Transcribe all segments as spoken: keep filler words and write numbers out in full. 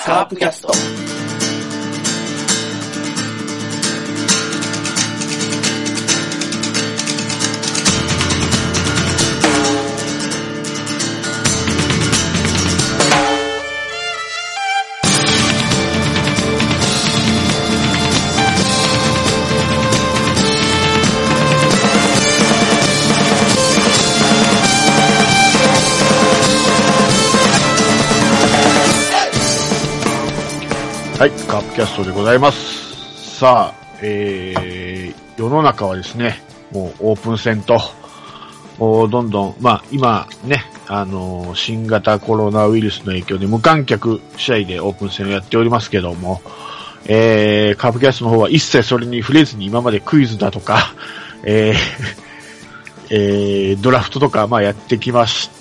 カープキャスト。 はい、カープキャストでございます。さあ、えー、世の中はですね、もうオープン戦と、どんどん、まあ今ね、あのー、新型コロナウイルスの影響で無観客試合でオープン戦をやっておりますけども、えー、カープキャストの方は一切それに触れずに今までクイズだとか、えー、えー、ドラフトとか、まあやってきました。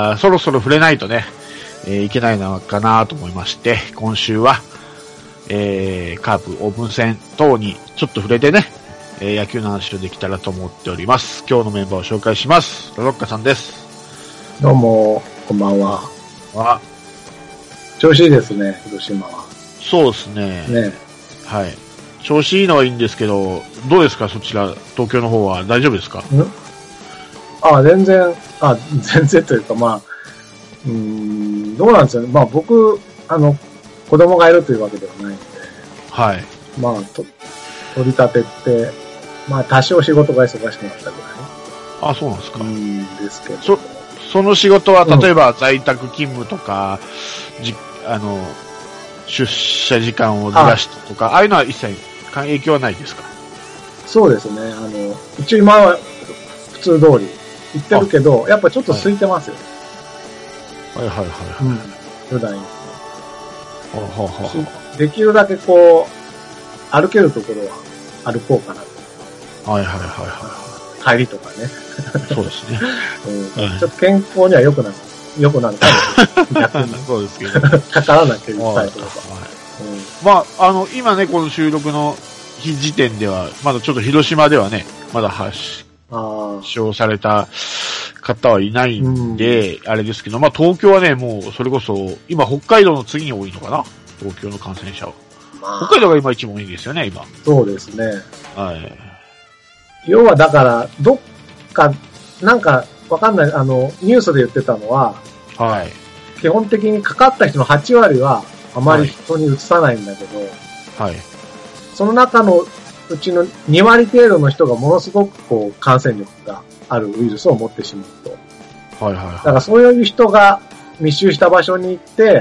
あー、そろそろ触れないとね、えー、いけないのかなと思いまして、今週は、えー、カープオープン戦等にちょっと触れてね、えー、野球の話をできたらと思っております。今日のメンバーを紹介します。ロロッカさんです。 どうも、こんばんは。 あ、 調子いいですね、広島は。 そうですね。 ね。 はい。調子いいのはいいんですけど、どうですかそちら、東京の方は大丈夫ですか？んあ、全然、あ、全然というか、まあ、うーん、どうなんですよね。まあ僕、あの、子供がいるというわけではないので、 はい。 まあ、と取り立てって、まあ多少仕事が忙しくなったぐらい。 あ、そうなんですか。 うんですけど。 そ、その仕事は、例えば在宅勤務とか、うん、じ、あの、出社時間をずらしてとか、ああいうのは一切影響はないですか？ そうですね。あの、一応今は普通通り行ってるけど、やっぱちょっと空いてますよね。 はいはいはいはい。 うん。普段より。 ははははできるだけこう、歩けるところは歩こうかなと。 はいはいはいはい。帰りとかね。 そうですね。 うんはい、ちょっと健康には良くなる。良くなるかも。逆に。 そうですけど。 かからなきゃいけないとか。 まあ、あの、今ね、この収録の日時点では、まだちょっと広島ではね、まだ発症された方はいないんで、うん、あれですけど、まあ東京はね、もうそれこそ、今北海道の次に多いのかな？東京の感染者は。まあ、北海道が今一番多いんですよね、今。 そうですね。 はい。 要はだから、どっか、なんか、わかんない、あの、ニュースで言ってたのは、 はい。 基本的にかかった人のはち割は、あまり人に移さないんだけど、 はい。 その中のうちのに割程度の人がものすごくこう、感染力があるウイルスを持ってしまうと。 はいはいはい。 だからそういう人が密集した場所に行って、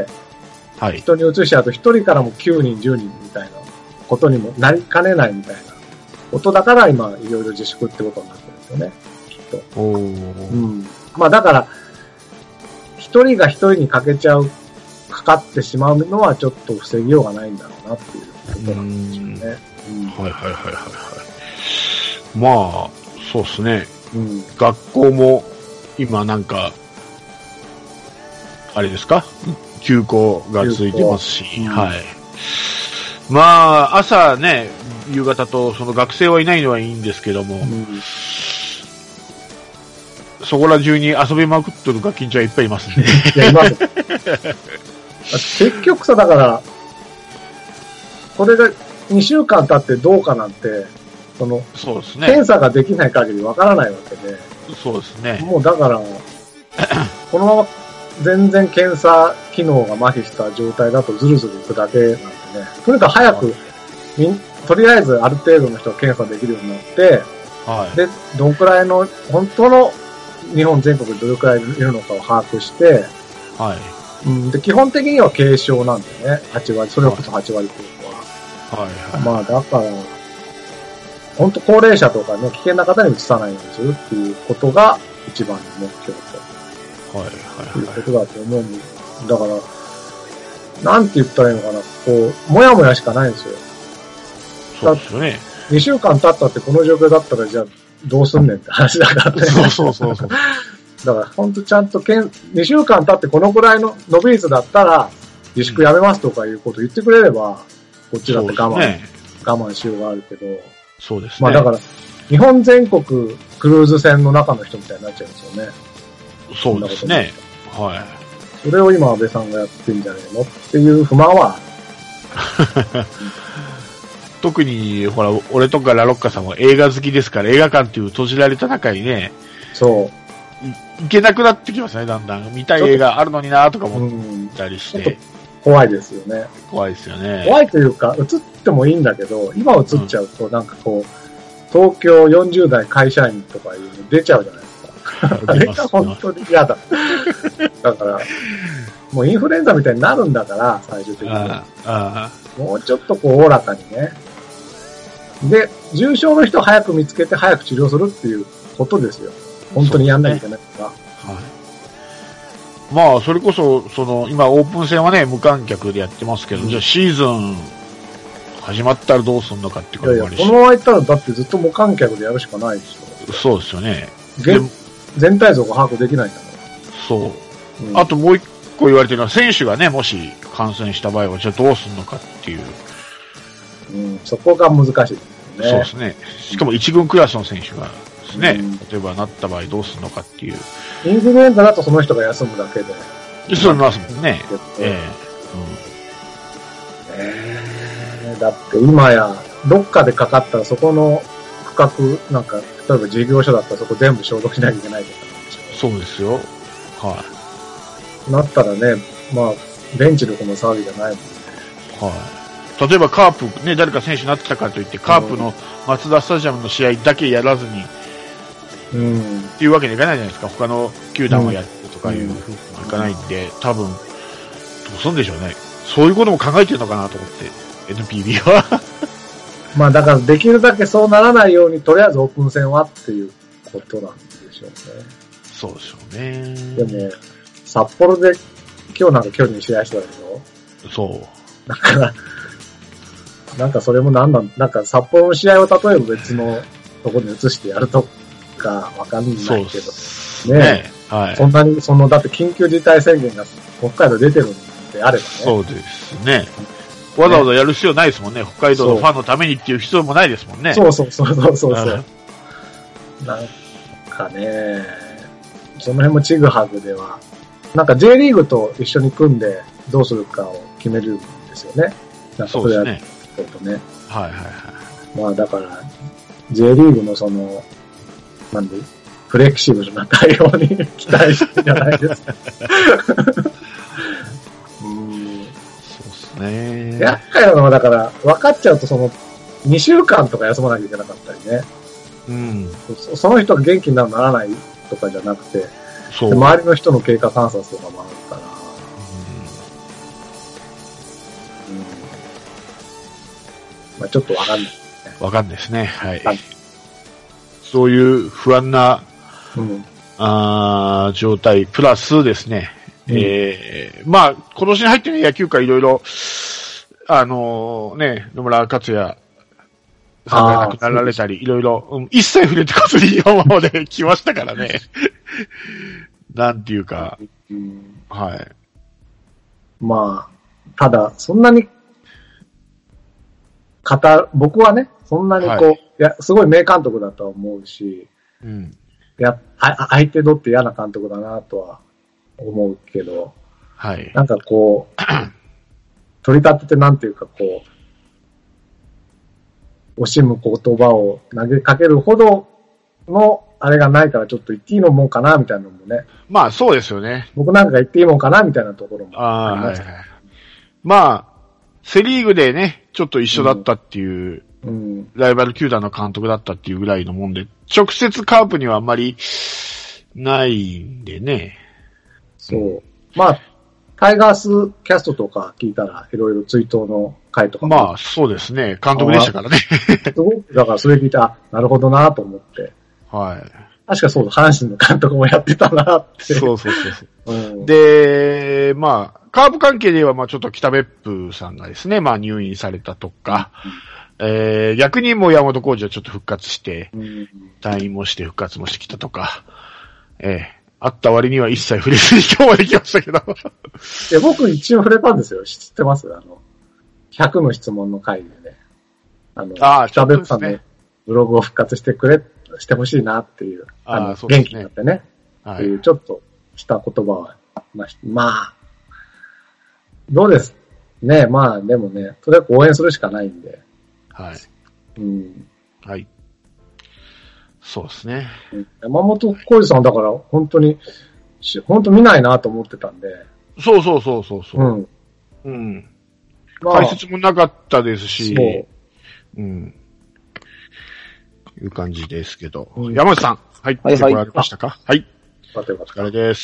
はい。人に移しちゃうとひとりからもきゅうにん、じゅうにんみたいなことにもなりかねないみたいなことだから今、いろいろ自粛ってことになってるんですよね。きっと。 おー。 うん。まあだから、一人が一人にかけちゃう、かかってしまうのはちょっと防ぎようがないんだろうなっていうことなんですよね。 うん。はいはいはいはいはい。まあ、そうですね。 うん。 学校も今なんか、あれですか？休校が続いてますし、うん、はい。まあ、朝ね、夕方とその学生はいないのはいいんですけども、うん、そこら中に遊びまくってるガキンチはいっぱいいますね。 いや、います。結局さ、だから、これがにしゅうかん経ってどうかなんて、その、 そうですね。 検査ができない限りわからないわけで。 そうですね。 もうだから、このまま全然検査機能が麻痺した状態だとズルズルいくだけなんでね。とにかく早く、とりあえずある程度の人が検査できるようになって、 はい、 で、どんくらいの、本当の日本全国でどれくらいいるのかを把握して、 はいうん、で基本的には軽症なんでね、はち割、それこそはち割っていうのは。 はいはい、 まあだから、本当高齢者とかね、危険な方にうつさないようにするっていうことが一番の目標と。 はいはいはい。 いうことだと思うんです。だから、なんて言ったらいいのかな、こう、もやもやしかないんですよ。 そうですよね。 にしゅうかん経ったってこの状況だったらじゃあどうすんねんって話だからね。 そうそうそうそう。 だから本当ちゃんとけんにしゅうかん経ってこのくらいの伸び率だったら自粛やめますとかいうこと言ってくれれば、こっちだって我慢、ね、我慢しようがあるけど。 そうですね。 まあだから、日本全国クルーズ船の中の人みたいになっちゃうんですよね。 そうですね。はい。 それを今安倍さんがやってんじゃねえのっていう不満はある。 特に、ほら、俺とかラロッカさんも映画好きですから、映画館っていう閉じられた中にね、 そう。 いけなくなってきますね、だんだん。見たい映画あるのになとか思ったりして。 怖いですよね。 怖いですよね。 怖いというか、映ってもいいんだけど、今映っちゃうと、なんかこう、東京よんじゅう代会社員とかいうの出ちゃうじゃないですか。あれが本当に嫌だ。だから、もうインフルエンザみたいになるんだから、最終的に。ああもうちょっとこう、おおらかにね。で、重症の人を早く見つけて早く治療するっていうことですよ。本当にやんなきゃいけないから。はい。 まあ、それこそ、その、今オープン戦はね、無観客でやってますけど、うん、じゃあシーズン始まったらどうするのかってこともあるし。 いやいや、このままいったらだってずっと無観客でやるしかないでしょ。 そうですよね。 全体像が把握できないんだもん。 そう。うん、あともう一個言われてるのは、選手がね、もし感染した場合は、じゃあどうするのかっていう。 うん、そこが難しいですね。 そうですね。しかも一軍クラスの選手がですね、うん、例えばなった場合どうするのかっていう。 インフルエンザだとその人が休むだけで。 そうなんですもんね。ええーうんえー。だって今や、どっかでかかったらそこの区画、なんか、例えば事業所だったらそこ全部消毒しなきゃいけないとか。 そうですよ。はい。 なったらね、まあ、ベンチでこの騒ぎじゃないもんね。 はい。例えばカープ、ね、誰か選手になってたからといって、カープの松田スタジアムの試合だけやらずに、うん。っていうわけにいかないじゃないですか。他の球団をやってとかいうふうにいかないんで、多分、どうするんでしょうね。そういうことも考えてるのかなと思って、エヌピービー は。 まあだからできるだけそうならないように、とりあえずオープン戦はっていうことなんでしょうね。 そうでしょうね。 でも、札幌で今日なんか巨人試合してたでしょ。そう。 だから、なんかそれもなんなん、なんか札幌の試合を例えば別のところに移してやるとかわかんないけど、ね, ね、はい。そんなに、その、だって緊急事態宣言が北海道出てるんであればね。 そうですね。わざわざやる必要ないですもんね。北海道のファンのためにっていう必要もないですもんね。 そうそうそうそうそう。なんかね、その辺もちぐはぐでは、なんか J リーグと一緒に組んでどうするかを決めるんですよね。なんかそうですね。 とね。 はいはいはい。 まあだから、J リーグのその、なんで、フレキシブルな対応に期待してるじゃないですか。 ね、 厄介なのはだから分かっちゃうとそのにしゅうかんとか休まなきゃいけなかったりね。 うん。 そ, その人が元気になるならないとかじゃなくて、そう。周りの人の経過観察とかもあるから。うん。うん、まあちょっと分かんない、ね。 分かんないですね。はい。はい、そういう不安な、 うん、 あ状態プラスですね。うん、えー、まあ、今年に入ってね、野球界いろいろ、あのー、ね、野村克也さんが亡くなられたり、いろいろ、うん、一切触れてこずに今まで来ましたからね。なんていうか、 うん、 はい。 まあ、ただ、そんなに、語る、僕はね、そんなにこう、はい、いや、すごい名監督だとは思うし、 うん、 や、あ、相手取って嫌な監督だなとは、思うけど、 はい。 なんかこう、取り立ててなんていうかこう、惜しむ言葉を投げかけるほどの、あれがないからちょっと言っていいのもんかな、みたいなのもね。 まあそうですよね。 僕なんかが言っていいもんかな、みたいなところもありました。 あ、はいはい、まあ、セリーグでね、ちょっと一緒だったっていう、 うん、 ライバル球団の監督だったっていうぐらいのもんで、直接カープにはあんまりないんでね。 そう。まあ、タイガースキャストとか聞いたら、いろいろ追悼の回とかも。まあ、そうですね。監督でしたからね。 すごく、だからそれ聞いて、あ、なるほどなと思って。 はい。 確かそうだ、阪神の監督もやってたなって。 そうそうそうそう、うん。で、まあ、カープ関係では、まあちょっと北別府さんがですね、まあ入院されたとか、うん、えー、逆にも山本浩二はちょっと復活して、うん、退院もして復活もしてきたとか、えーあった割には一切触れずに今日まで来ましたけど。 いや、僕一応触れたんですよ。知ってますあの、ひゃくの質問の回でね。あの、 あ北別府さんのブログを復活してくれ、してほしいなっていう。あの、あ、そうですね、元気になってね。はい。っていう、ちょっとした言葉はまあ、まあ、どうですね。まあ、でもね、とりあえず応援するしかないんで。 はい。 うん。 はい。そうですね。 山本浩二さんだから本当に、本当見ないなと思ってたんで。 そうそうそうそうそう。うん。うん。まあ、解説もなかったですし、そう。うん。いう感じですけど。うん、山内さん、入ってこられましたか？はい、はい。お疲れです。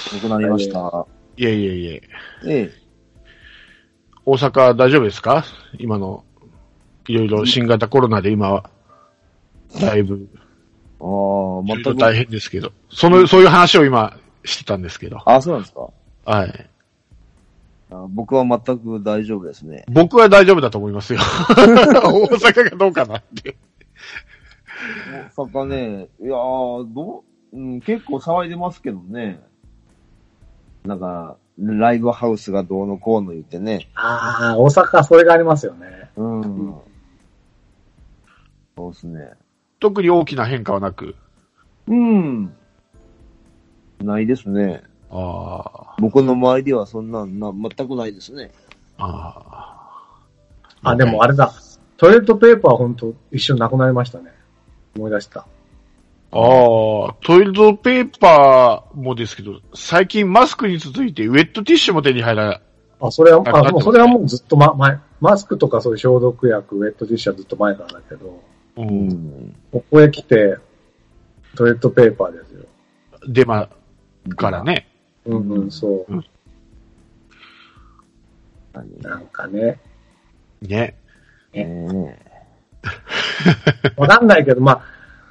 遅くなりました。 いえいえいえ。 ええ。 大阪大丈夫ですか？今の、いろいろ新型コロナで今は、だいぶ、 ああ、 全く大変ですけど。その、そういう話を今してたんですけど。 あ、そうなんですか？ はい。 あ、僕は全く大丈夫ですね。 僕は大丈夫だと思いますよ。大阪がどうかなって。 大阪ね、いやー、どう、うん、結構騒いでますけどね。なんか、ライブハウスがどうのこうの言ってね。 ああ、大阪はそれがありますよね。 うん。うん、そうですね。 特に大きな変化はなく。 うん。ないですね。 ああ。 僕の周りではそんなんな、全くないですね。 ああ。あ、でもあれだ。トイレットペーパー本当一瞬なくなりましたね。思い出した。 ああ、トイレットペーパーもですけど、最近マスクに続いてウェットティッシュも手に入らない。 あ、それは、あ、もうそれはもうずっとま、前、マスクとかそういう消毒薬、ウェットティッシュはずっと前からだけど、 うん。 ここへ来て、トイレットペーパーですよ。 デマからね。 うんうん、そう。うん、なんかね。 ね。 ね。わかんないけど、まあ、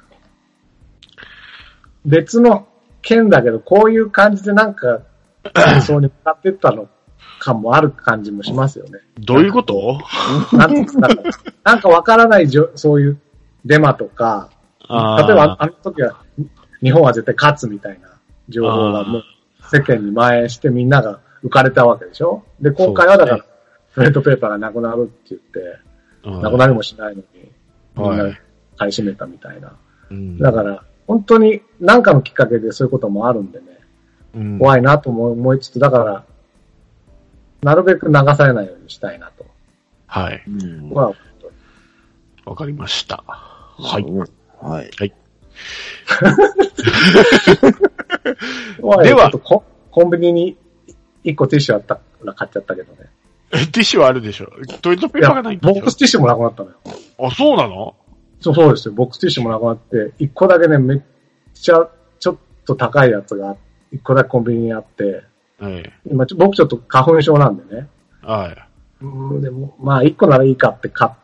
別の県だけど、こういう感じでなんか、そうに向かってったのかもある感じもしますよね。 どういうこと？ なんか、なんか、なんかわからないじょ、そういうデマとか、例えばあの時は、日本は絶対勝つみたいな情報がもう世間に蔓延してみんなが浮かれたわけでしょ？で、今回はだから、トイレットペーパーがなくなるって言って、なくなりもしないのに、みんな買い占めたみたいな。うん、だから、本当に何かのきっかけでそういうこともあるんでね、うん、怖いなと思いつつ、だから、なるべく流されないようにしたいなと。 はい。 わ、 うん、かりました。はい。 はい。 はい。 ではコ、コンビニに一個ティッシュあったから買っちゃったけどね。 ティッシュはあるでしょ。トイレットペーパーがないんでしょ。 ボックスティッシュもなくなったのよ。 あ、そうなの？ そう、そうですよ。ボックスティッシュもなくなって、一個だけね、めっちゃ、ちょっと高いやつが、一個だけコンビニにあって、 はい。 今、僕ちょっと花粉症なんでね。 はい。 うん、でも、まあ、一個ならいいかって買って、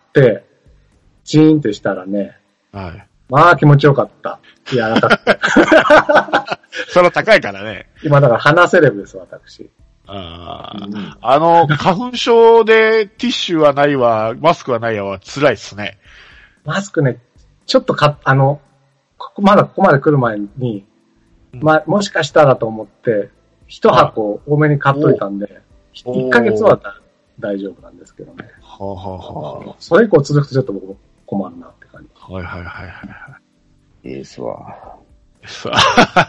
チーンってしたらね。 はい。 まあ、気持ちよかった。いや、高くて。 それは高いからね。 今、だから鼻セレブです、私。 ああ、うん、あの、花粉症でティッシュはないわ、マスクはないわは辛いっすね。 マスクね、ちょっとか、あの、ここまだここまで来る前に、うん、まあ、もしかしたらと思って、一箱多めに買っといたんで、一ヶ月は大丈夫なんですけどね。 はあ、はあはあ、 それ以降続くとちょっと僕も困るなって感じ。 はいはいはいはい。 いいっすわ。 いいっすわ。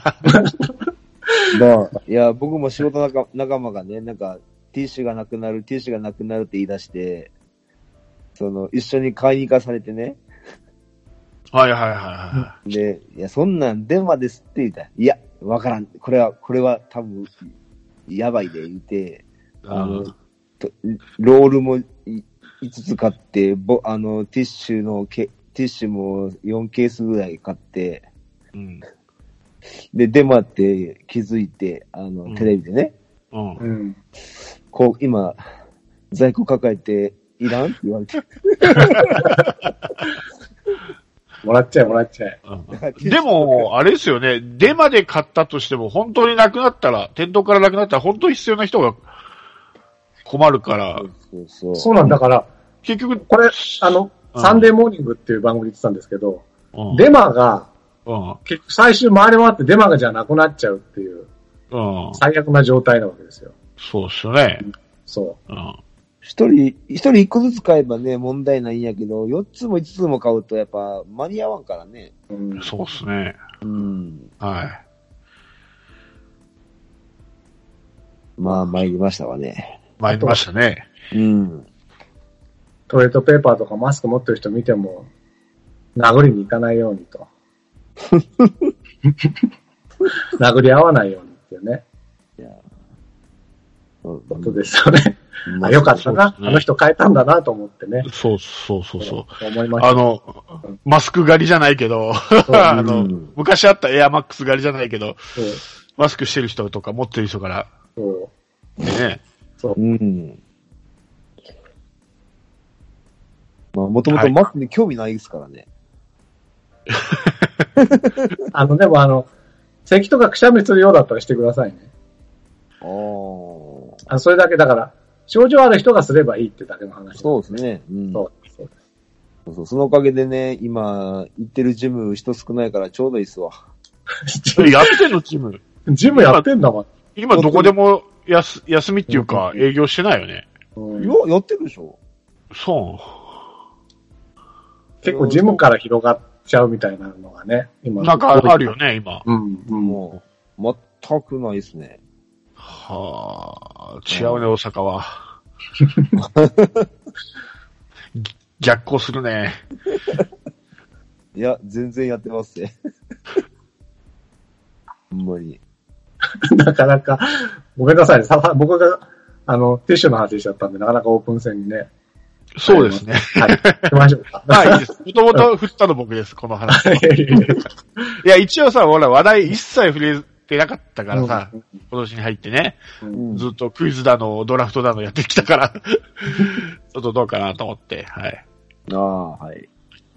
まあ、いや、僕も仕事仲仲間がね、なんか、ティッシュがなくなる、ティッシュがなくなるって言い出して、その、一緒に買いに行かされてね。 はいはいはいはい。 で、いや、そんなんデマですって言ったら、いや、わからん。これは、これは多分、やばいで言って、あの、ロールもいつつ買って、ぼ、あの、ティッシュのけ、ティッシュもよんケースぐらい買って、 うん。 で、デマって気づいて、あの、うん、テレビでね。 うん。うん、 こう、今、在庫抱えて、いらんって言われて。 もらっちゃえ、もらっちゃえ。 うん、でも、あれですよね。デマで買ったとしても、本当になくなったら、店頭からなくなったら、本当に必要な人が困るから。 そうそう。そうなんだから、 結局、 これ、あの、うん、サンデーモーニングっていう番組で言ってたんですけど、うん、デマが、うん、結局最終回り回ってデマがじゃなくなっちゃうっていう、うん、最悪な状態なわけですよ。 そうっすよね。 そう。 うん。 一人、一人一個ずつ買えばね、問題ないんやけど、四つも五つも買うとやっぱ間に合わんからね。 うん、そうっすね。 うん。 はい。 まあ、参りましたわね。 参りましたね。 うん。 トイレットペーパーとかマスク持ってる人見ても、殴りに行かないようにと。殴り合わないようにっていうね。いや、ことですよね。あ、よかったな、ね。あの人変えたんだなと思ってね。 そうそうそうそう。 思いました。 あの、マスク狩りじゃないけど、あの、昔あったエアマックス狩りじゃないけど、マスクしてる人とか持ってる人から。そう。ね。 そう。うん。 まあ、もともとマスクに興味ないですからね。 あの、でもあの、咳とかくしゃみするようだったらしてくださいね。 ああ。それだけだから、症状ある人がすればいいってだけの話。 そうですね。うん、 そうです。そうそうそう。そのおかげでね、今、行ってるジム人少ないからちょうどいいっすわ。 やってんのジムジムやってんだもん。 今どこでもやす休みっていうか営業してないよね。 うん、いや、やってるでしょ。 そう。 結構ジムから広がっちゃうみたいなのがね、今。 なんかあるよね、今。 うん。うん、 もう、全くないですね。 はあ、違うね、大阪は。逆行するね。 いや、全然やってますね。ほんまに。 なかなか、ごめんなさいね。僕が、あの、ティッシュの話しちゃったんで、なかなかオープン戦にね。 そうですね。 はい。行きましょうか。 まあいいです。もともと振ったの僕です、この話。いや、一応さ、ほら、話題一切触れてなかったからさ、うん、今年に入ってね、うん、ずっとクイズだの、ドラフトだのやってきたから、ちょっとどうかなと思って、はい。 ああ、はい。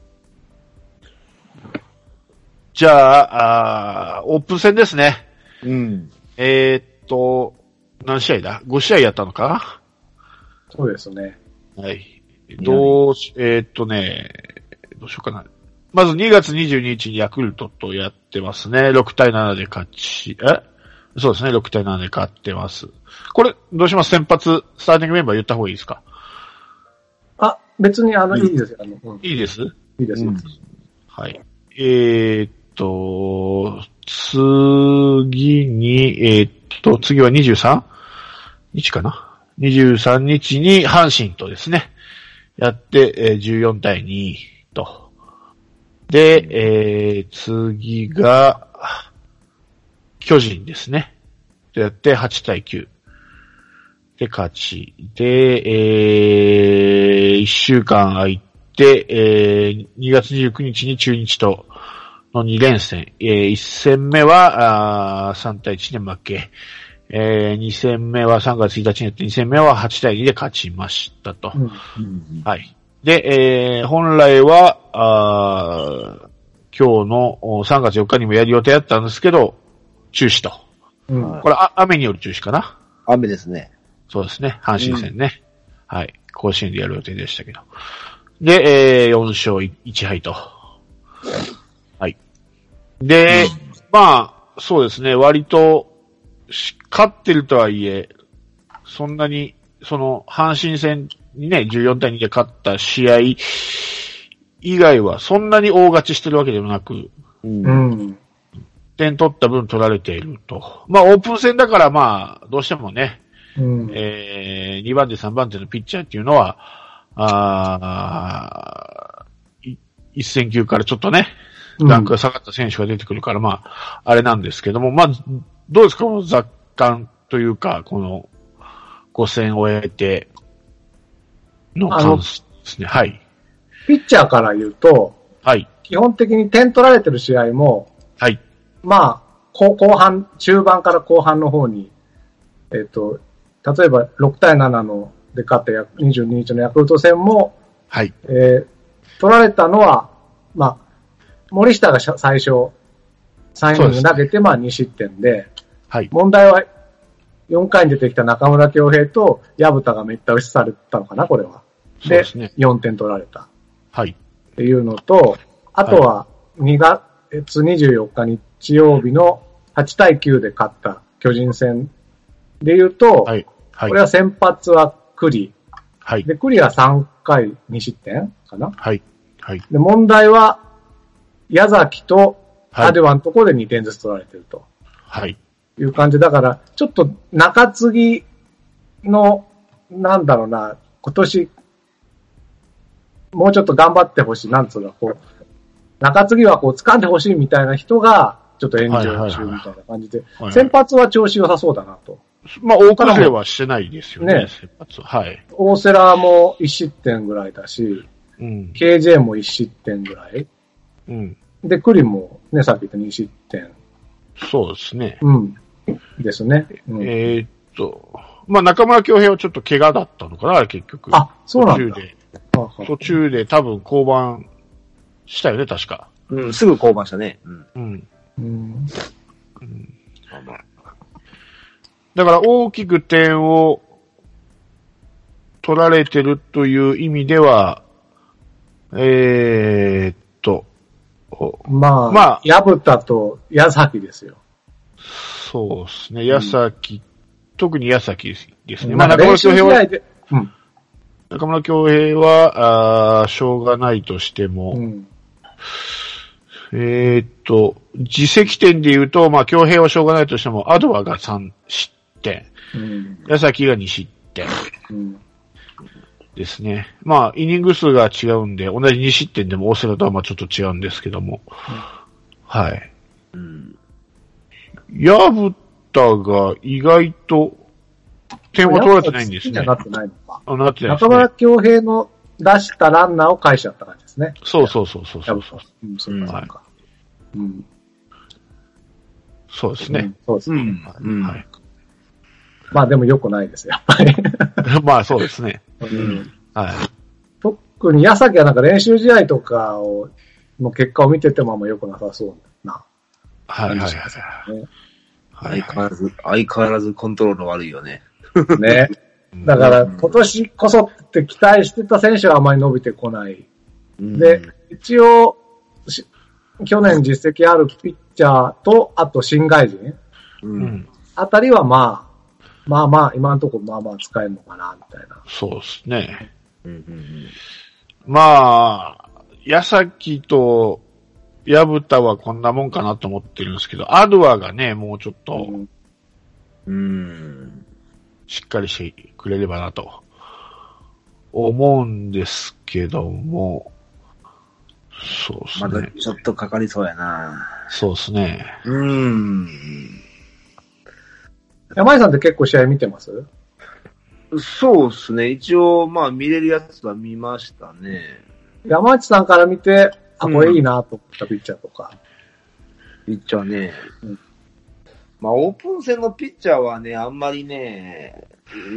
じゃあ、あオープン戦ですね。 うん。 えー、っと、何試合だ ?ご 試合やったのかそうですね。 はい。どうし、えー、っとね、どうしようかな。まずにがつにじゅうににちにヤクルトとやってますね。ろくたいななで勝ち、えそうですね、ろくたいななで勝ってます。これ、どうします先発、スターティングメンバー言った方がいいですかあ、別にあの、いいですよ。あのうん、 いいですいいです、うん、 はい。えー、っと、次に、えー、っと、次はにじゅうさんにちかな ?にじゅうさんにちに阪神とですね、やって、えー、じゅうよんたいにと。で、えー、次が、巨人ですね。とやってはちたいきゅう。で、勝ち。で、えー、いっしゅうかん空いて、えー、にがつにじゅうくにちに中日とのにれんせん。えー、いっせんめは、あさんたいいちで負け。えー、に戦目はさんがつついたちにやって、に戦目ははちたいにで勝ちましたと。うんうん、はい。で、えー、本来は、あ今日のさんがつよっかにもやる予定だったんですけど、中止と。うん、これあ、雨による中止かな雨ですね。 そうですね。阪神戦ね。うん、はい。甲子園でやる予定でしたけど。で、えー、よんしょういちはいと。はい。で、うん、まあ、そうですね。割と、勝ってるとはいえ、そんなに、その、阪神戦にね、じゅうよんたいにで勝った試合以外は、そんなに大勝ちしてるわけでもなく、うん、点取った分取られていると。まあ、オープン戦だからまあ、どうしてもね、うん、えー、にばん手さんばん手のピッチャーっていうのは、あ一戦級からちょっとね、ランクが下がった選手が出てくるから、まあ、あれなんですけども、まあ、どうですかこの雑感というか、このご戦を終えての感想ですね。はい。 ピッチャーから言うと、 はい。 基本的に点取られてる試合も、 はい。 まあ、後半、中盤から後半の方に、えっと、例えばろくたいななので勝ったにじゅうににちのヤクルト戦も、 はい。 えー、取られたのは、まあ、森下が最初、さんイニング投げて、まあにしってんで、 はい。 問題はよんかいに出てきた中村恭平と薮田がめった打ちされたのかな、これは。で、そうですね、よんてん取られた。 はい。 っていうのと、あとはにがつにじゅうよっか日曜日のはちたいきゅうで勝った巨人戦で言うと、はい。はい。これは先発は栗。 はい。 で、栗はさんかいにしってんかな。 はい。はい。 で、問題は矢崎とアデュアのところでにてんずつ取られてると。 はい。 いう感じだから、ちょっと中継ぎの、なんだろうな、今年、もうちょっと頑張ってほしい、なんつうの、こう、中継ぎはこう掴んでほしいみたいな人が、ちょっと炎上中みたいな感じで、先発は調子良さそうだなと。 まあ、大崩れはしてないですよね、ね先発は。はい。 大瀬良もいち失点ぐらいだし、うん、ケージェー もいち失点ぐらい。うん。で、クリもね、さっき言ったに失点。 そうですね。 うん。ですね。 うん、えー、っと、まあ、中村恭平はちょっと怪我だったのかな、結局。 あ、そうなんだ。 途中で。途中で多分降板したよね、確か。 うん、すぐ降板したね。うん。うん。うん。うん、 だから大きく点を取られてるという意味では、えー、っと、 まあ、まあ、矢蓋と矢崎ですよ。 そうですね、矢崎、うん、特に矢崎ですね。 まあ、中村恭平は、うん、 中村恭平は、あしょうがないとしても、うん、えー、っと、自責点で言うと、まあ、恭平はしょうがないとしても、アドワがさん失点、うん、矢崎がに失点、うんですね。まあ、イニング数が違うんで、同じに失点でも大瀬良とはまあちょっと違うんですけども。うん、はい。うん。矢蓋が意外と点を取られてないんですね。 なってないのか。 あ、なってないですね。 中村恭平の出したランナーを返しちゃった感じですね。 そうそうそうそうそうそう。 うん、そうか。うん。 そうですね。うん、 そうですね。うん。はい。まあでも良くないですよ、やっぱり。 まあそうですね。 うん、はい。特に矢崎はなんか練習試合とかを、の結果を見ててもあんま良くなさそうな感じしますね。 相変わらず、相変わらずコントロール悪いよね。 ね。だから今年こそって期待してた選手はあまり伸びてこない。うん、で、一応、去年実績あるピッチャーと、あと新外人、うん、あたりはまあ、まあまあ、今のところまあまあ使えるのかな、みたいな。 そうですね。うんうんうん、まあ、矢崎と矢蓋はこんなもんかなと思ってるんですけど、アドワがね、もうちょっと、うん、しっかりしてくれればなと思うんですけども、そうですね。 まだちょっとかかりそうやな。 そうですね。 うん。 山井さんって結構試合見てます？ そうですね。一応、まあ見れるやつは見ましたね。 山内さんから見て、あ、これいいなと思ったピッチャーとか。 ピッチャーね。うん、まあオープン戦のピッチャーはね、あんまりね、うん、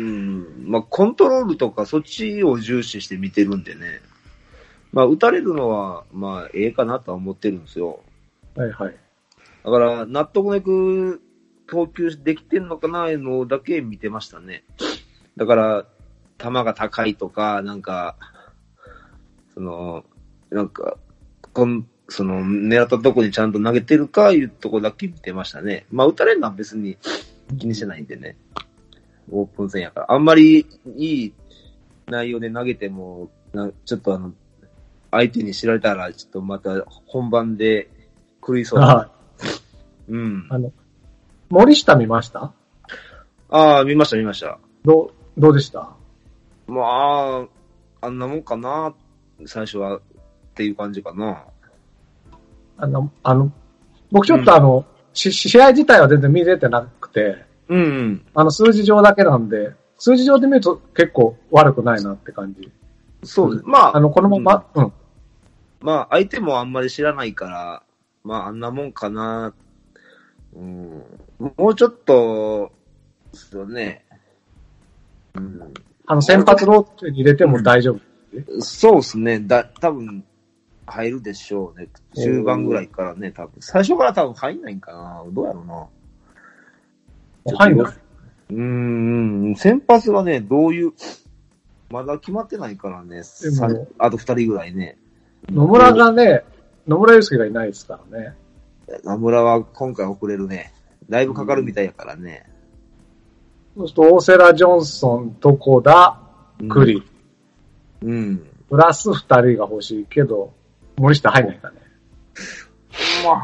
まあコントロールとかそっちを重視して見てるんでね。まあ打たれるのは、まあええかなとは思ってるんですよ。 はいはい。 だから納得のいく投球できてんのかないうのだけ見てましたね。だから、球が高いとか、なんか、その、なんか、こん、その、狙ったとこにちゃんと投げてるかいうとこだけ見てましたね。まあ、打たれるのは別に気にしてないんでね。オープン戦やから。あんまりいい内容で投げても、なちょっとあの、相手に知られたら、ちょっとまた本番で狂いそうな。うん。 あの、森下見ました？ ああ、見ました見ました。 どう、どうでした？ まあ、あんなもんかな、最初は、っていう感じかな。 あの、あの、僕ちょっとあの、うん、し試合自体は全然見れてなくて、 うんうん。 あの、数字上だけなんで、数字上で見ると結構悪くないなって感じ。 そうです。まあ、 あの、このまま、うん。うん、 まあ、相手もあんまり知らないから、まあ、あんなもんかな、うん。もうちょっと、そうね。 うん、あの、先発ローテに入れても大丈夫、 うん、そうですね。だ、多分入るでしょうね。中盤ぐらいからね、多分。最初から多分入んないんかな。どうやろうな。 入んない？ うーん、先発がね、どういう、まだ決まってないからね。あと二人ぐらいね。 野村がね、野村祐介がいないですからね。 野村は今回遅れるね。だいぶかかるみたいやからね。 そうすると、大瀬良ジョンソン、床田、栗。 うん。うん、 プラス二人が欲しいけど、森下入んないかね。 まあ、入、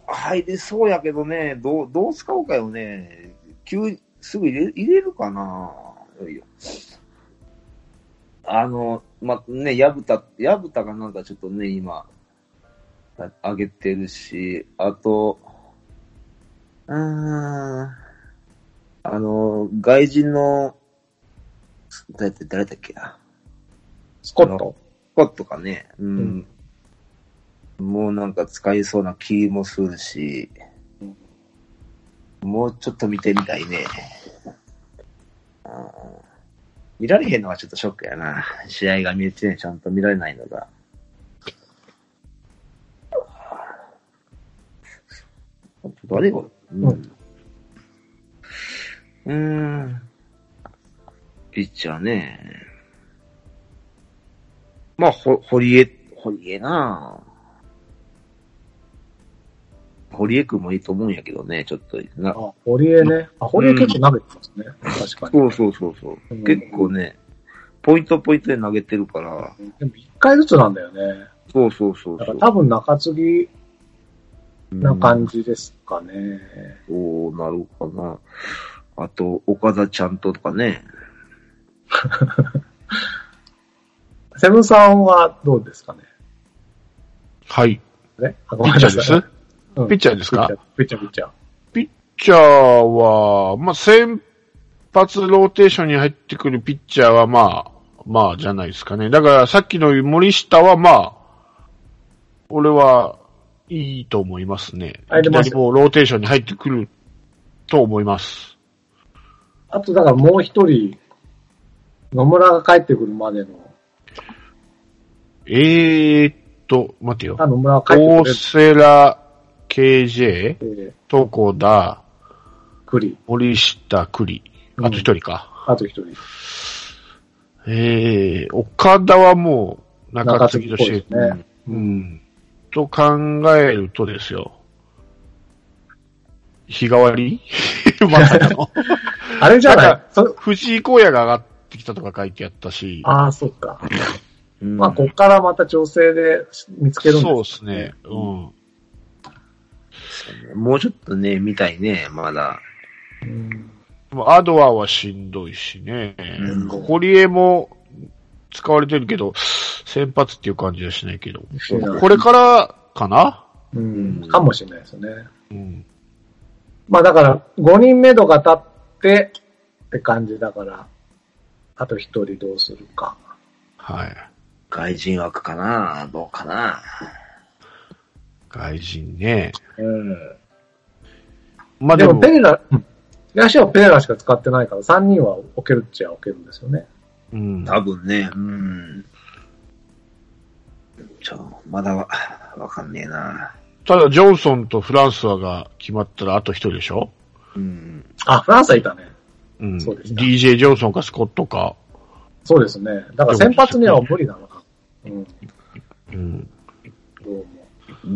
入りそうやけどね、どう、どう使おうかよね。急、すぐ入れ、入れるかな。あの、ま、ね、やぶた、やぶたがなんかちょっとね、今、上げてるし、あと、うーん、あの、外人の、誰だ誰だっけな。 スコットスコットかね。うん。うん、もうなんか使いそうな気もするし、うん、もうちょっと見てみたいね。うん、見られへんのはちょっとショックやな。試合が見えてね、ちゃんと見られないのが。誰が、うん。うーん。ピッチャーね。まあ、ほ、堀江、堀江な堀江くんもいいと思うんやけどね、ちょっとな。 あ、堀江ね。あ、堀江結構投げてますね。うん、確かに。 そうそうそうそう、うん。結構ね、ポイントポイントで投げてるから。 でも一回ずつなんだよね。 そうそうそうそう。 だから多分中継ぎな感じですかね。 そうなるかな。あと、岡田ちゃんととかね。 セブンさんはどうですかね。 はい。 ね、 ピッチャーです、うん、ピッチャーですかピッチャー、ピッチャー。 ピッチャーは、まあ、先発ローテーションに入ってくるピッチャーはまあ、まあじゃないですかね。だからさっきの森下はまあ、俺はいいと思いますね。いきなりもうローテーションに入ってくると思います。 あとだからもう一人、野村が帰ってくるまでの。 えーっと、待てよ。 あ、野村が帰ってくる。 大瀬良、ケージェー、床田、 栗。 森下、栗。あと一人か。 うん、あと一人。 えー、岡田はもう中継ぎとして、 ね、 うん、うん。と考えるとですよ。日替わりまさかの。 あれじゃない、 藤井荒野が上がってきたとか書いてあったし。 ああ、そっか。うん、まあ、こっからまた調整で見つけるんですね。 そうですね。 うん。もうちょっとね、見たいね、まだ。 うん、アドアはしんどいしね。うん、堀江も使われてるけど、先発っていう感じはしないけど。これからかな、 うん、かもしれないですよね。 うん、 まあだから、ごにんめどが立ってって感じだから、あとひとりどうするか。 はい。 外人枠かなどうかな外人ね。 うん。 まあでも、でもペレラ、うん。東はペレラしか使ってないから、さんにんは置けるっちゃ置けるんですよね。 うん。 多分ね、うん。ちょ、まだわ、わかんねえな。 ただ、ジョンソンとフランスワが決まったらあと一人でしょ？ うん。 あ、フランスはいたね。 うん。そうですね。ディージェー ジョンソンかスコットか。 そうですね。だから先発には無理なのか。うん。 うん。 どうも。うん、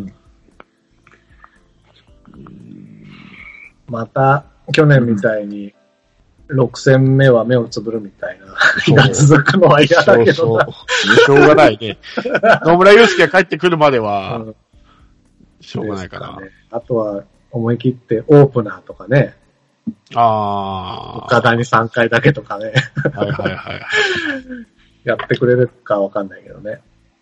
また、去年みたいに、ろく戦目は目をつぶるみたいな日が続くのは嫌だけどな。 そうそう。しょうがないね。野村祐介が帰ってくるまでは、うん、しょうがないかな。 ね、あとは、思い切ってオープナーとかね。 ああ。 岡田にさんかいだけとかね。 はいはいはい。 やってくれるかわかんないけどね。 うん。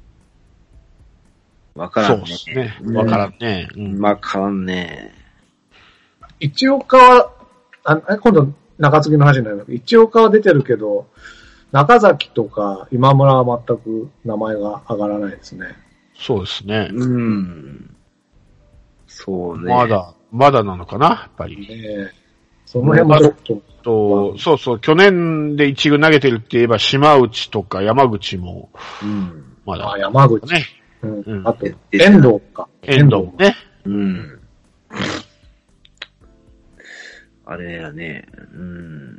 わからんね。 そうですね。わからんね。 わからんね。 一岡は、あ、今度中継ぎの話になるけど、一岡は出てるけど、中崎とか今村は全く名前が上がらないですね。 そうですね。 うん。そうね。 まだ、まだなのかな、やっぱり。 ね、その辺もちょっと。 と、そうそう、去年で一軍投げてるって言えば、島内とか山口も、 うん、 まだ、 あ、山口ね。 うん。あと、遠藤か。 遠藤ね。 うん。あれやね、うん。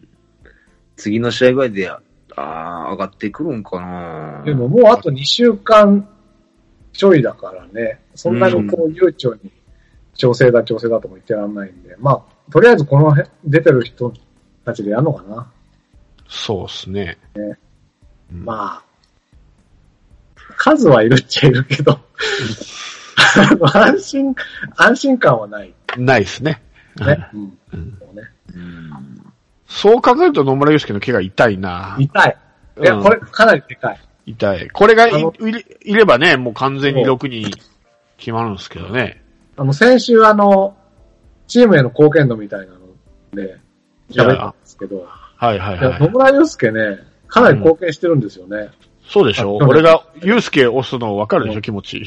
次の試合ぐらいで、ああ、上がってくるんかな。 でももうあとにしゅうかんちょいだからね、そんなにこう悠長に調整だ調整だとも言ってらんないんで、まあ、とりあえずこの出てる人たちでやるのかな。 そうですね。 ね、うん、まあ、数はいるっちゃいるけど、 安心、安心感はない。 ないですね。 ね。うんうんねうん、そう考えると野村祐介の怪我痛いな。 痛い。いや、うん、これかなりでかい。 痛い。これが い, いればね、もう完全にろくに決まるんですけどね。 あの、先週あの、チームへの貢献度みたいなので喋ったんですけど、 はいはいはい。 野村祐介ね、かなり貢献してるんですよね。うん、 そうでしょ？俺が祐介押すの分かるでしょ、気持ち。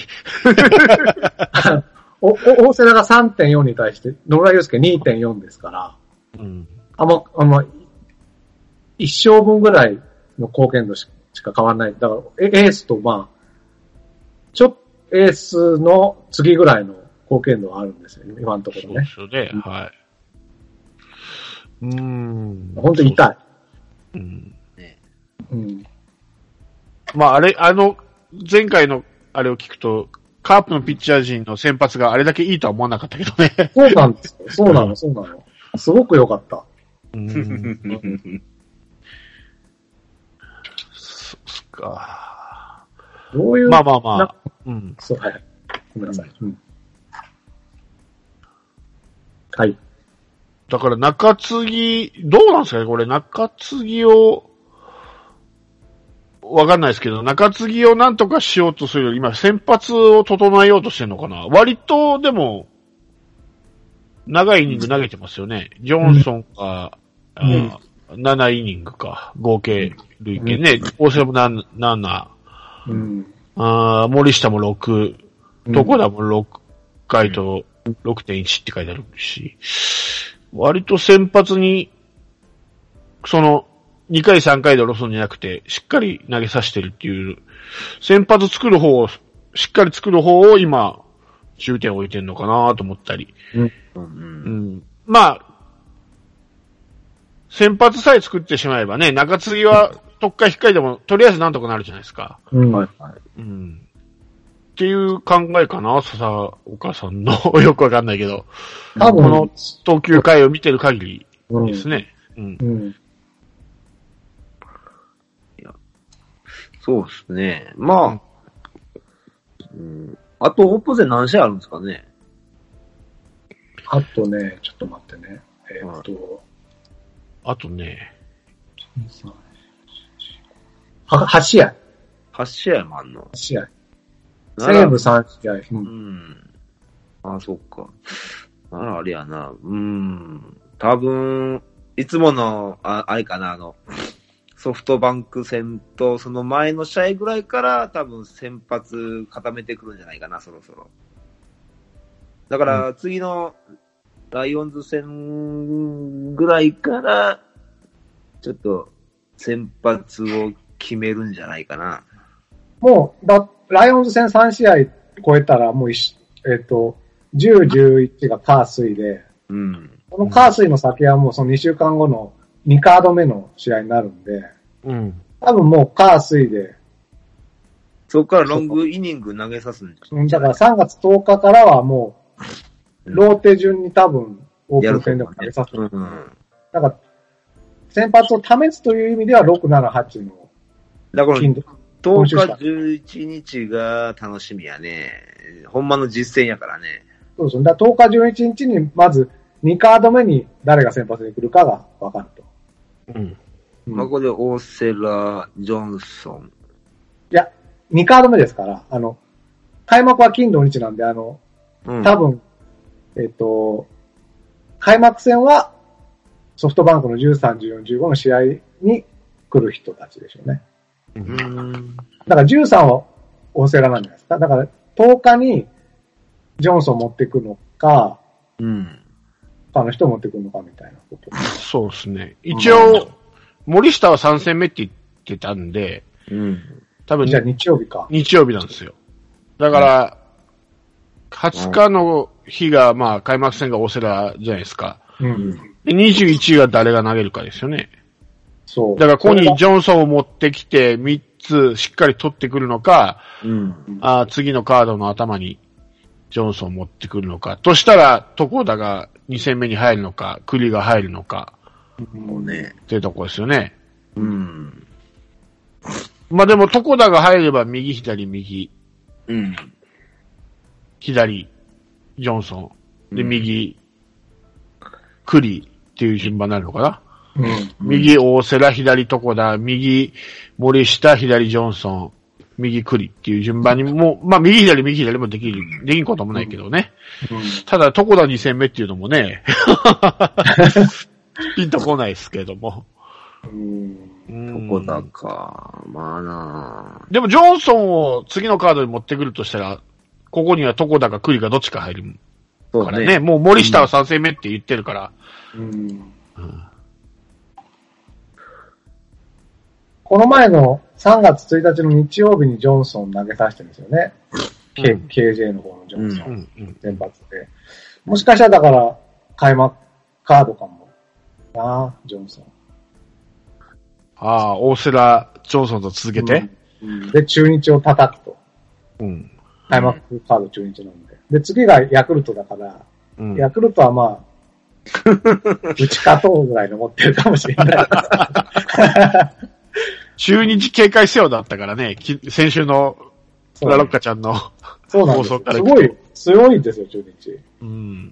お、お、大瀬良が さんてんよん に対して、野村祐介 にてんよん ですから、うん。あんま、あんま、一勝分ぐらいの貢献度しか変わらない。だから、エースとまあ、ちょっとエースの次ぐらいの貢献度はあるんですよね、今のところね。 そうですよね、はい。うーん。 本当に痛い。 うん。ね。 うん。 まあ、あれ、あの、前回のあれを聞くと、カープのピッチャー陣の先発があれだけいいとは思わなかったけどね。 そうなんですよ。そうなの、そうなの。すごく良かった。 うーん。そっか。 どういう。 まあまあまあ。うん。 そう、はい。ごめんなさい。うん。はい。 だから中継ぎ、どうなんですかねこれ中継ぎを、わかんないですけど、中継ぎをなんとかしようとするより、今先発を整えようとしてるのかな割とでも、長いイニング投げてますよね。ジョンソンが、うん、ななイニングか。合計累計ね。大瀬良もなな、うん、あ森下もろく、床田もろっかいと ろくてんいち って書いてあるし、割と先発に、その、にかいさんかいで下ろすんじゃなくて、しっかり投げさせてるっていう、先発作る方を、しっかり作る方を今、重点を置いてるのかなと思ったり。うんうんうん、まあ、先発さえ作ってしまえばね、中継ぎは特化控えでも、とりあえずなんとかなるじゃないですか。 うんはいはいうん、っていう考えかな、笹岡さんのよくわかんないけど、この投球回を見てる限りですね。うんうんうんそうですね。まあ、うん、あとオープン戦何試合あるんですかね。 あとね、ちょっと待ってね。えー、っと、はい、 あとね、 ははち試合。 はち試合もあんの ?はち試合。西武さん試合。 うん。うん、ああ、そっか。ならあれやな。うん。多分、いつもの、ああれかな、あの、ソフトバンク戦と、その前の試合ぐらいから多分先発固めてくるんじゃないかな、そろそろ。だから次のライオンズ戦ぐらいから、ちょっと先発を決めるんじゃないかな。 もう、だ、ライオンズ戦さん試合超えたらもう一、えっと、じゅう、じゅういちがカー水で、うん。このカー水の先はもうそのにしゅうかんごのにカード目の試合になるんで、うん。多分もうカー水で。 そこからロングイニング投げさすんじゃだからさんがつとおかからはもう、ローテ順に多分オープン戦でも投げさす。うん。だから、先発を試すという意味ではろく、なな、はちの。 だから、とおか、じゅういちにちが楽しみやね。ほんまの実戦やからね。 そうですね。だからとおか、じゅういちにちにまずにカード目に誰が先発に来るかがわかると。 うん。まあ、ここで大瀬良、ジョンソン。 いや、にカード目ですから、あの、開幕は金土日なんで、あの、うん、多分、えっと、開幕戦はソフトバンクのじゅうさん、じゅうよん、じゅうごの試合に来る人たちでしょうね。うん。だからじゅうさんは大瀬良なんじゃないですか。だからとおかにジョンソン持ってくるのか、うん。他の人持ってくるのかみたいなこと。 そうですね。一応、森下はさん戦目って言ってたんで、うん。多分、 じゃあ日曜日か。 日曜日なんですよ。だから、はつかの日が、まあ、開幕戦が大瀬良じゃないですか。うん。で、にじゅういちが誰が投げるかですよね。そう。だから、ここにジョンソンを持ってきて、みっつしっかり取ってくるのか、うん。あ次のカードの頭に、ジョンソンを持ってくるのか。としたら、床田がに戦目に入るのか、栗が入るのか。もうね。っていうとこですよね。うん。まあでも、床田が入れば右左右。うん。 左、ジョンソン。で、右、クリっていう順番になるのかな。うん、右、大瀬良、左、床田、右、森下、左、ジョンソン、右、クリっていう順番にも、まあ、右、左、右、左もできる、できんこともないけどね。うんうん、ただ、床田に戦目っていうのもね、ピンとこないですけども。 うん。床田か。まあなでも、ジョンソンを次のカードに持ってくるとしたら、ここには床田かクリかどっちか入るからね。ねもう森下はさん戦目って言ってるから。うんうんこの前のさんがつついたちの日曜日にジョンソン投げさせてるんですよね。うん、ケージェー の方のジョンソン、うん、先発で。もしかしたらだから開幕カードかもな、ジョンソン。 ああ、大瀬良、ジョンソンと続けて、 うんうん、で、中日を叩くと。うん。開幕カード中日なんで。で、次がヤクルトだから、うん、ヤクルトはまあ、打ち勝とうぐらいの持ってるかもしれない。 中日警戒せよだったからね、先週のラロッカちゃんの放送から。すごい強いんですよ、中日。うん、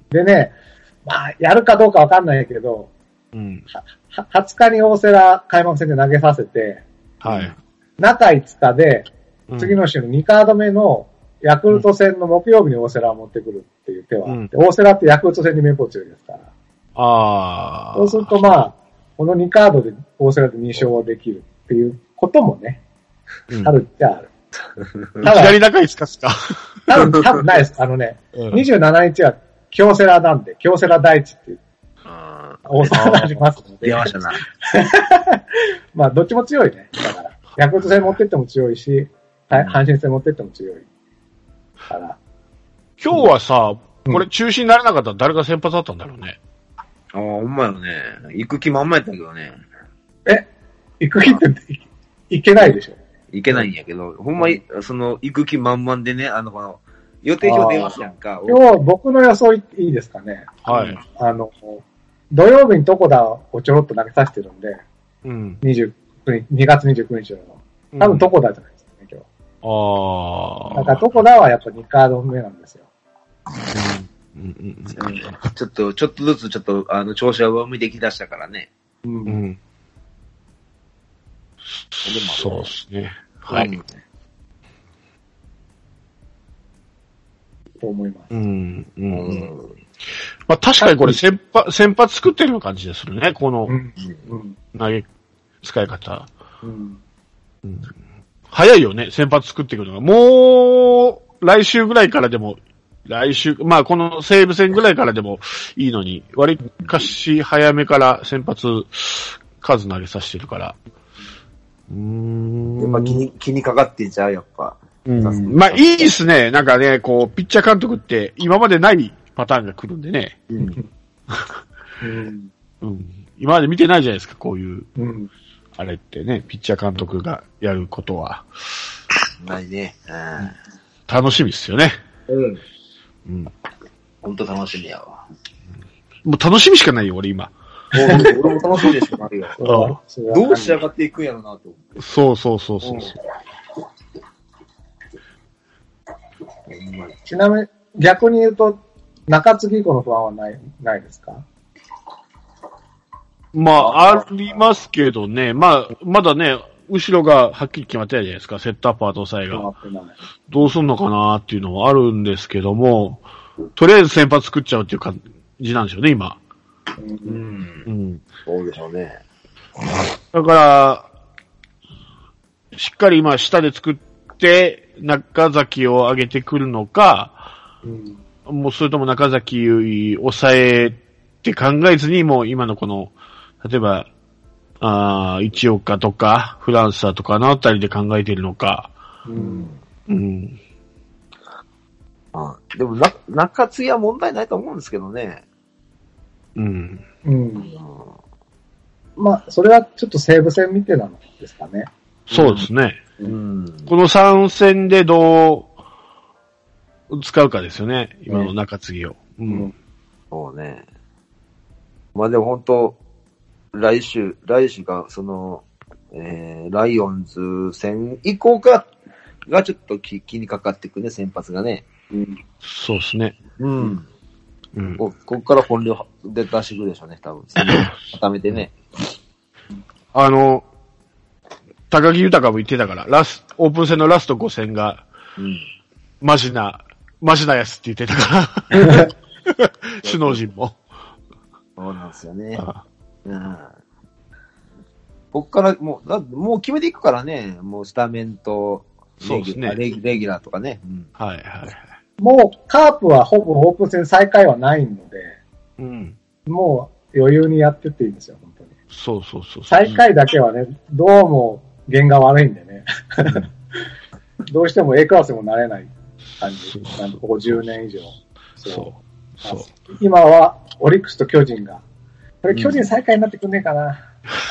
でね、まあ、やるかどうかわかんないけど、うん、ははつかに大瀬良開幕戦で投げさせて、はい、中いつかで、次の週のにカード目のヤクルト戦の木曜日に大瀬良を持ってくるっていう手は、うん、大瀬良ってヤクルト戦にめんこ強いですから。ああ。そうするとまあ、このにカードで大瀬良でに勝できるっていうこともね、うん、あるっちゃある。 左中いつかすか多分、多分ないです。あのね、うん、にじゅうしちにちは京セラなんで、京セラ第一っていう、大阪がありますので。 出ましたな。 まあ、どっちも強いね。だから、ヤクルト戦持ってっても強いし、阪神戦持ってっても強い。から。 今日はさ、これ中止にならなかったら誰が先発だったんだろうね。 ああ、ほんまよね。行く気満々やったけどね。 え行く気っていけないでしょいけないんやけど、ほんまに、その、行く気満々でね、あの、この、予定表出ましたやんか。 今日僕の予想いいですかね。はい。あの、土曜日に床田をちょろっと投げさせてるんで、うん。にじゅうくにち、にがつにじゅうくにちの。多分床田じゃないですかね、今日。ああ。だから床田はやっぱにカード目なんですよ。 うんうんうん、ちょっと、ちょっとずつちょっと、あの、調子は上向いてきだしたからね。うん。うん、 そうですね。はい。うん、 と思います。うん。うん。うん、 まあ確かにこれ先発、先発作ってるような感じでするね。この、投げ、使い方。うんうん、早いよね、先発作ってくるのが。もう、来週ぐらいからでも、来週、まあこの西武戦ぐらいからでもいいのに、割かし早めから先発数投げさせてるから。 うーん。やっぱ気に、気にかかってんじゃう、やっぱ。 うん、まあいいですね。なんかね、こう、ピッチャー監督って今までないパターンが来るんでね。うん。うんうん、今まで見てないじゃないですか、こういう。うん、あれってね、ピッチャー監督がやることは。 ないね。うん、 楽しみですよね。うん。 うん。ほんと楽しみやわ。 もう楽しみしかないよ、俺今。 俺も楽しみでしかないよ。どう仕上がっていくんやろなと思って。 そうそうそうそう。 ちなみに、逆に言うと、中継ぎ以降の不安はない、ないですか？ まあ、ありますけどね。まあ、まだね、後ろがはっきり決まってないじゃないですか。セットアッパーと抑えが。どうすんのかなっていうのはあるんですけども、とりあえず先発作っちゃうっていう感じなんですよね、今。うん。 うん。そうでしょうね。 だから、しっかり今下で作って、中崎を上げてくるのか、うん、もうそれとも中崎抑えて考えずに、もう今のこの、例えば、ああ、一岡とか、フランサーとかのあたりで考えているのか。うん。うん。 ああでもな、中継ぎは問題ないと思うんですけどね。 うん。うん。まあ、それはちょっと西武戦見てなのですかね。 そうですね。うん。このさん戦でどう使うかですよね。今の中継ぎを。うん。うん、 そうね。まあでも本当、来週、来週が、その、えー、ライオンズ戦以降か、がちょっと気気にかかってくね、先発がね。 うん。 そうですね。 うん。 うん。 こ、こっから本領で出してくるでしょうね、多分。固めてね。 あの、高木豊も言ってたから、ラス、オープン戦のラストご戦が、うん、マジな、マジなやつって言ってたから、首脳陣も。 そうなんですよね。ああ、うん。こっからもう、だもう決めていくからね、もうスタメンとレギュラー、ね、レギレギュラーとかね。 うん、はいはい。 もうカープはほぼオープン戦再開はないので、うん、もう余裕にやってっていいんですよ、本当に。 そうそうそうそう。 再開だけはね、どうも弦が悪いんでね。どうしても A クラスにもなれない感じ。なんここじゅうねん以上。 そう。そう。 今はオリックスと巨人が。これ巨人再開になってくんねえかな。うん、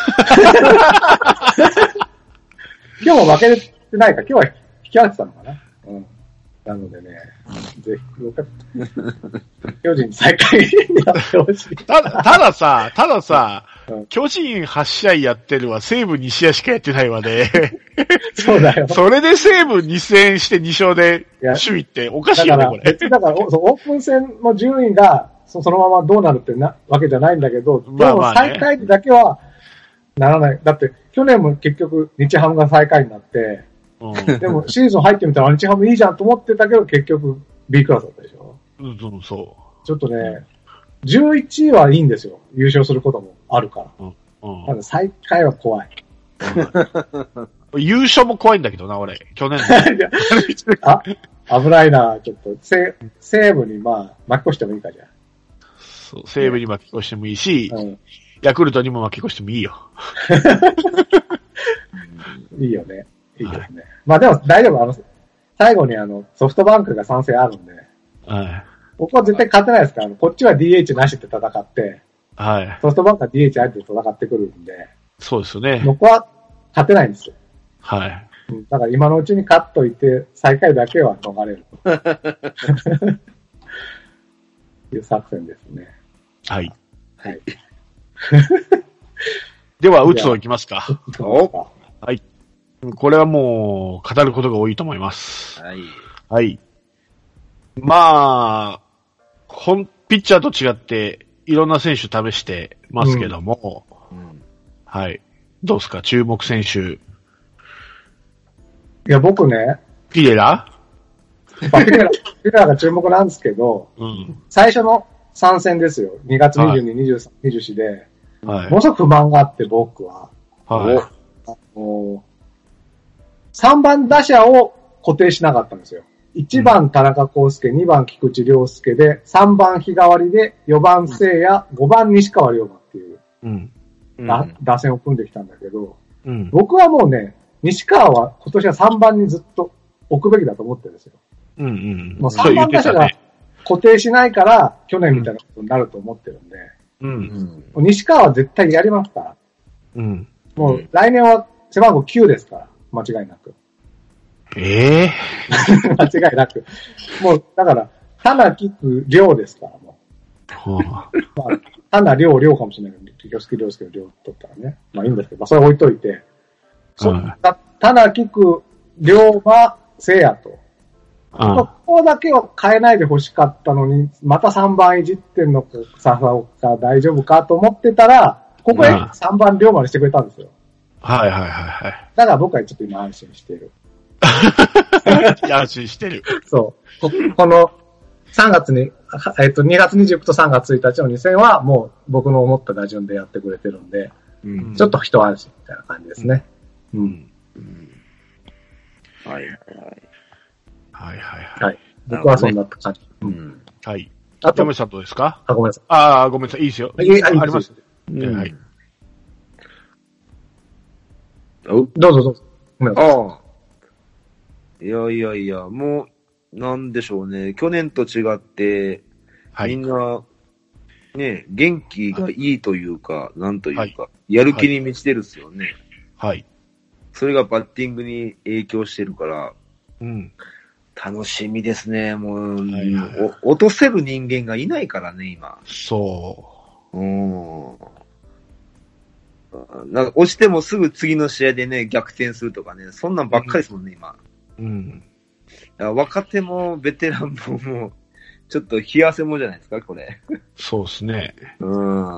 今日も負けてないか、今日は引き分けてたのかな。うん。なのでね、ぜひ、よかった。巨人再開になってほしい。 ただ、たださ、たださ、うん、巨人はち試合やってるわ、西武に試合しかやってないわで、ね。 そうだよ。 それで西武に戦してに勝で首位っておかしいよね、これ。 だから、オープン戦の順位がそのままどうなるってなわけじゃないんだけど、でも最下位だけはならない。だって、去年も結局日ハムが最下位になって、うん、でもシーズン入ってみたら日ハムいいじゃんと思ってたけど結局 B クラスだったでしょ。 うん、そう。 ちょっとね、じゅういちいはいいんですよ。優勝することもあるから。うんうん、ただ最下位は怖い。 うん、優勝も怖いんだけどな、俺。去年あ、危ないな、ちょっと。西、西武にまあ、巻き越してもいいかじゃん。 そう、西武に巻き越してもいいし、うん、ヤクルトにも巻き越してもいいよ。 いいよね。いいですね。はい、まあでも大丈夫。あの、最後にあの、ソフトバンクが賛成あるんで。はい。僕は絶対勝てないですから、こっちは ディーエイチ なしって戦って、はい。ソフトバンクは ディーエイチ ありで戦ってくるんで。 そうですよね。 僕は勝てないんですよ。 はい。 だから今のうちに勝っといて、最下位だけは逃れる。いう作戦ですね。 はい。 はい。 では、打つをいきますか。はい。これはもう、語ることが多いと思います。 はい。 はい。まあ、本、ピッチャーと違って、いろんな選手試してますけども、うんうん、はい。どうですか、注目選手。いや、僕ね。 ピレラまあ、ピレラ、ピレラが注目なんですけど、うん、最初の参戦ですよ。にがつにじゅうに、にじゅうさん、にじゅうよんで、はい、ものすごく不満があって、僕は。はい。あのさんばん打者を固定しなかったんですよ。いちばん田中康介、にばん菊池涼介で、さんばん日替わりで、よばん聖也、ごばん西川龍馬っていう、うんうん、打線を組んできたんだけど、うん、僕はもうね、西川は今年はさんばんにずっと置くべきだと思ってるんですよ。うんうん、もうさんばん打者が固定しないから、去年みたいなことになると思ってるんで、うんうん、西川は絶対やりますから。うん、もう来年は背番号きゅうですから、間違いなく。 ええー、間違いなく。もう、だから、花菊亮ですから、もう。はあまあ、花亮亮かもしれないけど、清介亮介の亮取ったらね。まあいいんですけど、まあそれ置いといて。そ、はあ、花菊亮馬聖也と。ああここだけを変えないで欲しかったのに、またさんばんいじってんのか、笹岡大丈夫かと思ってたら、ここへさんばん龍馬にしてくれたんですよ。 はいはいはいはい。 だから僕はちょっと今安心している。 安心してる。 そう。こ, このさんがつに、えっと、にがつにじゅうくとさんがつついたちのに戦はもう僕の思った打順でやってくれてるんで、うん、ちょっと一安心みたいな感じですね。うん。うんうん、 はいはいはい。 はいはいはい。 はい。僕はそんな感じ。ね、うん。 はい。あと、山さんどうですか？ あ、ごめんなさい。 ああ、ごめんなさい。いいですよ。 いいあります。 うん、はい。どうぞどうぞ。ごめんなさい。ああ。 いやいやいや、もう、なんでしょうね。去年と違って、はい、みんな、ね、元気がいいというか、なんというか、はい、やる気に満ちてるっすよね。 はい。 それがバッティングに影響してるから、 うん。 楽しみですね。もう、はいはい、お落とせる人間がいないからね、今。 そう。 うん。なんか落ちてもすぐ次の試合でね、逆転するとかね、そんなんばっかりですもんね、うん、今。 うん。 若手もベテランももう、ちょっと冷やせもじゃないですか、これ。 そうですね。 うん。